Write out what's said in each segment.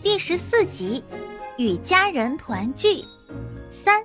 第14集与家人团聚3。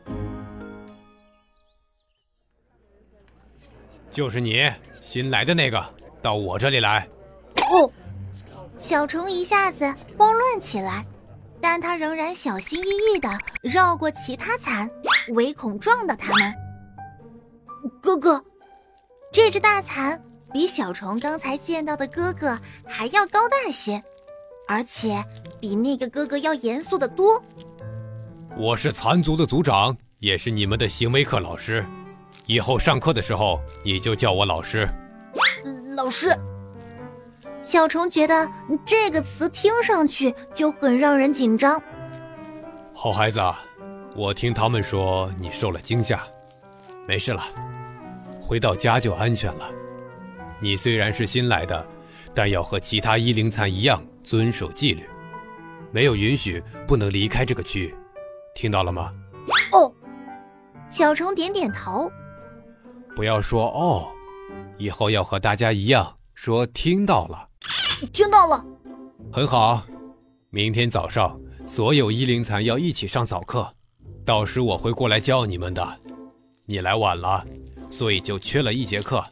就是你，新来的那个，到我这里来。 哦，小虫一下子慌乱起来，但他仍然小心翼翼地绕过其他蚕，唯恐撞到他们。哥哥，这只大蚕比小虫刚才见到的哥哥还要高大些，而且比那个哥哥要严肃得多。 我是蚕族的族长，也是你们的行为课老师，以后上课的时候你就叫我老师。 老师。小虫觉得这个词听上去就很让人紧张。 好孩子，我听他们说你受了惊吓，没事了，回到家就安全了。你虽然是新来的，但要和其他1龄蚕一样遵守纪律，没有允许不能离开这个区域，听到了吗？ 哦，小虫点点头。 不要说哦，以后要和大家一样说听到了。 听到了。 很好，明天早上所有1龄蚕要一起上早课，到时我会过来教你们的。你来晚了，所以就缺了1节课。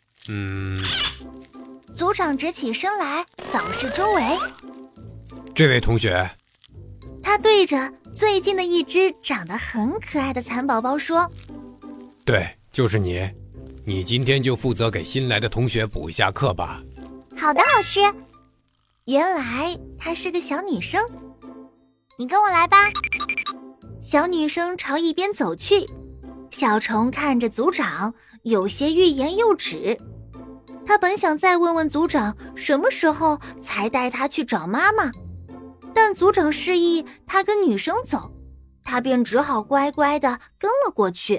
组长直起身来扫视周围。 这位同学， 他对着最近的一只长得很可爱的蚕宝宝说， 对，就是你，你今天就负责给新来的同学补一下课吧。 好的，老师。 原来她是个小女生。 你跟我来吧。 小女生朝一边走去，小虫看着组长，有些欲言又止。他本想再问问组长什么时候才带他去找妈妈，但组长示意他跟女生走，他便只好乖乖地跟了过去。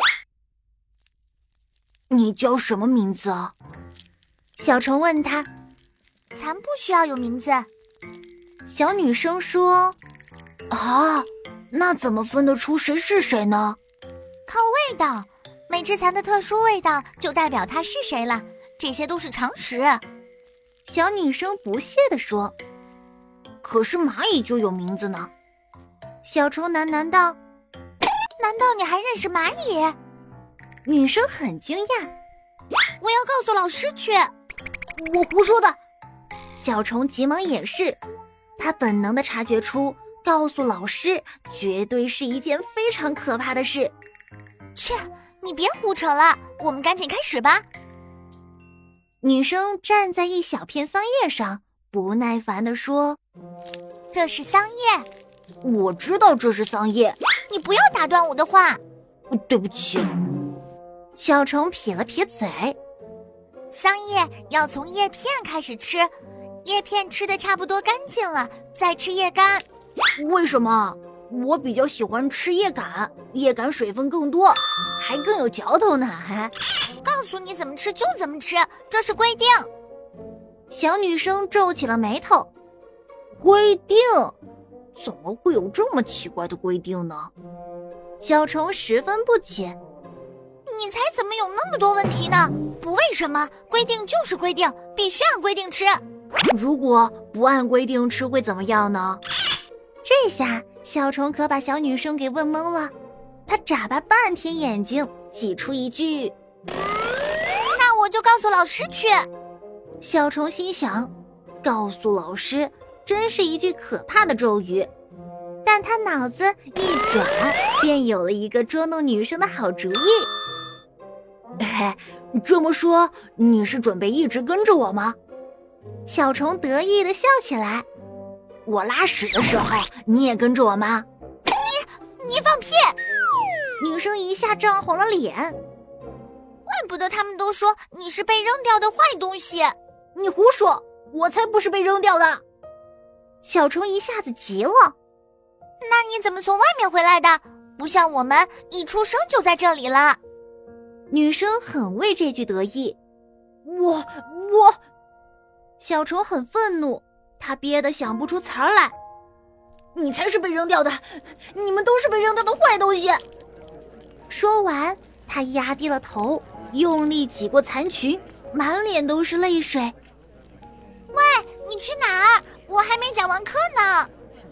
你叫什么名字啊？小虫问他。 蚕不需要有名字。 小女生说，啊，那怎么分得出谁是谁呢？ 靠味道，每只蚕的特殊味道就代表它是谁了，这些都是常识。 小女生不屑地说。可是蚂蚁就有名字呢。小虫喃喃道。 难道你还认识蚂蚁？ 女生很惊讶。 我要告诉老师去。 我胡说的。小虫急忙掩饰，他本能地察觉出告诉老师绝对是一件非常可怕的事。 切，你别胡扯了，我们赶紧开始吧。 女生站在一小片桑叶上，不耐烦地说， 这是桑叶。 我知道这是桑叶。 你不要打断我的话。 对不起。小虫撇了撇嘴。 桑叶要从叶片开始吃，叶片吃得差不多干净了，再吃叶干。 为什么？我比较喜欢吃叶杆，叶杆水分更多，还更有嚼头呢。 告诉你怎么吃就怎么吃，这是规定。 小女生皱起了眉头。规定？怎么会有这么奇怪的规定呢？小虫十分不解。 你猜怎么有那么多问题呢？不为什么，规定就是规定，必须按规定吃。 如果不按规定吃会怎么样呢？这下小虫可把小女生给问懵了，她眨巴半天眼睛，挤出一句， 那我就告诉老师去。 小虫心想，告诉老师真是一句可怕的咒语，但他脑子一转，便有了一个捉弄女生的好主意。这么说，你是准备一直跟着我吗？小虫得意地笑起来。我拉屎的时候，你也跟着我吗？ 你放屁！ 女生一下涨红了脸。 怪不得他们都说你是被扔掉的坏东西。 你胡说，我才不是被扔掉的。小虫一下子急了。 那你怎么从外面回来的？不像我们一出生就在这里了。 女生很为这句得意。我……小虫很愤怒，他憋得想不出词儿来。你才是被扔掉的，你们都是被扔掉的坏东西。说完，他压低了头，用力挤过蚕群，满脸都是泪水。 喂，你去哪儿？我还没讲完课呢。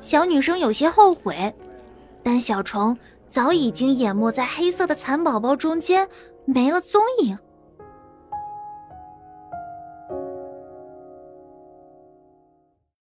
小女生有些后悔，但小虫早已经淹没在黑色的蚕宝宝中间，没了踪影。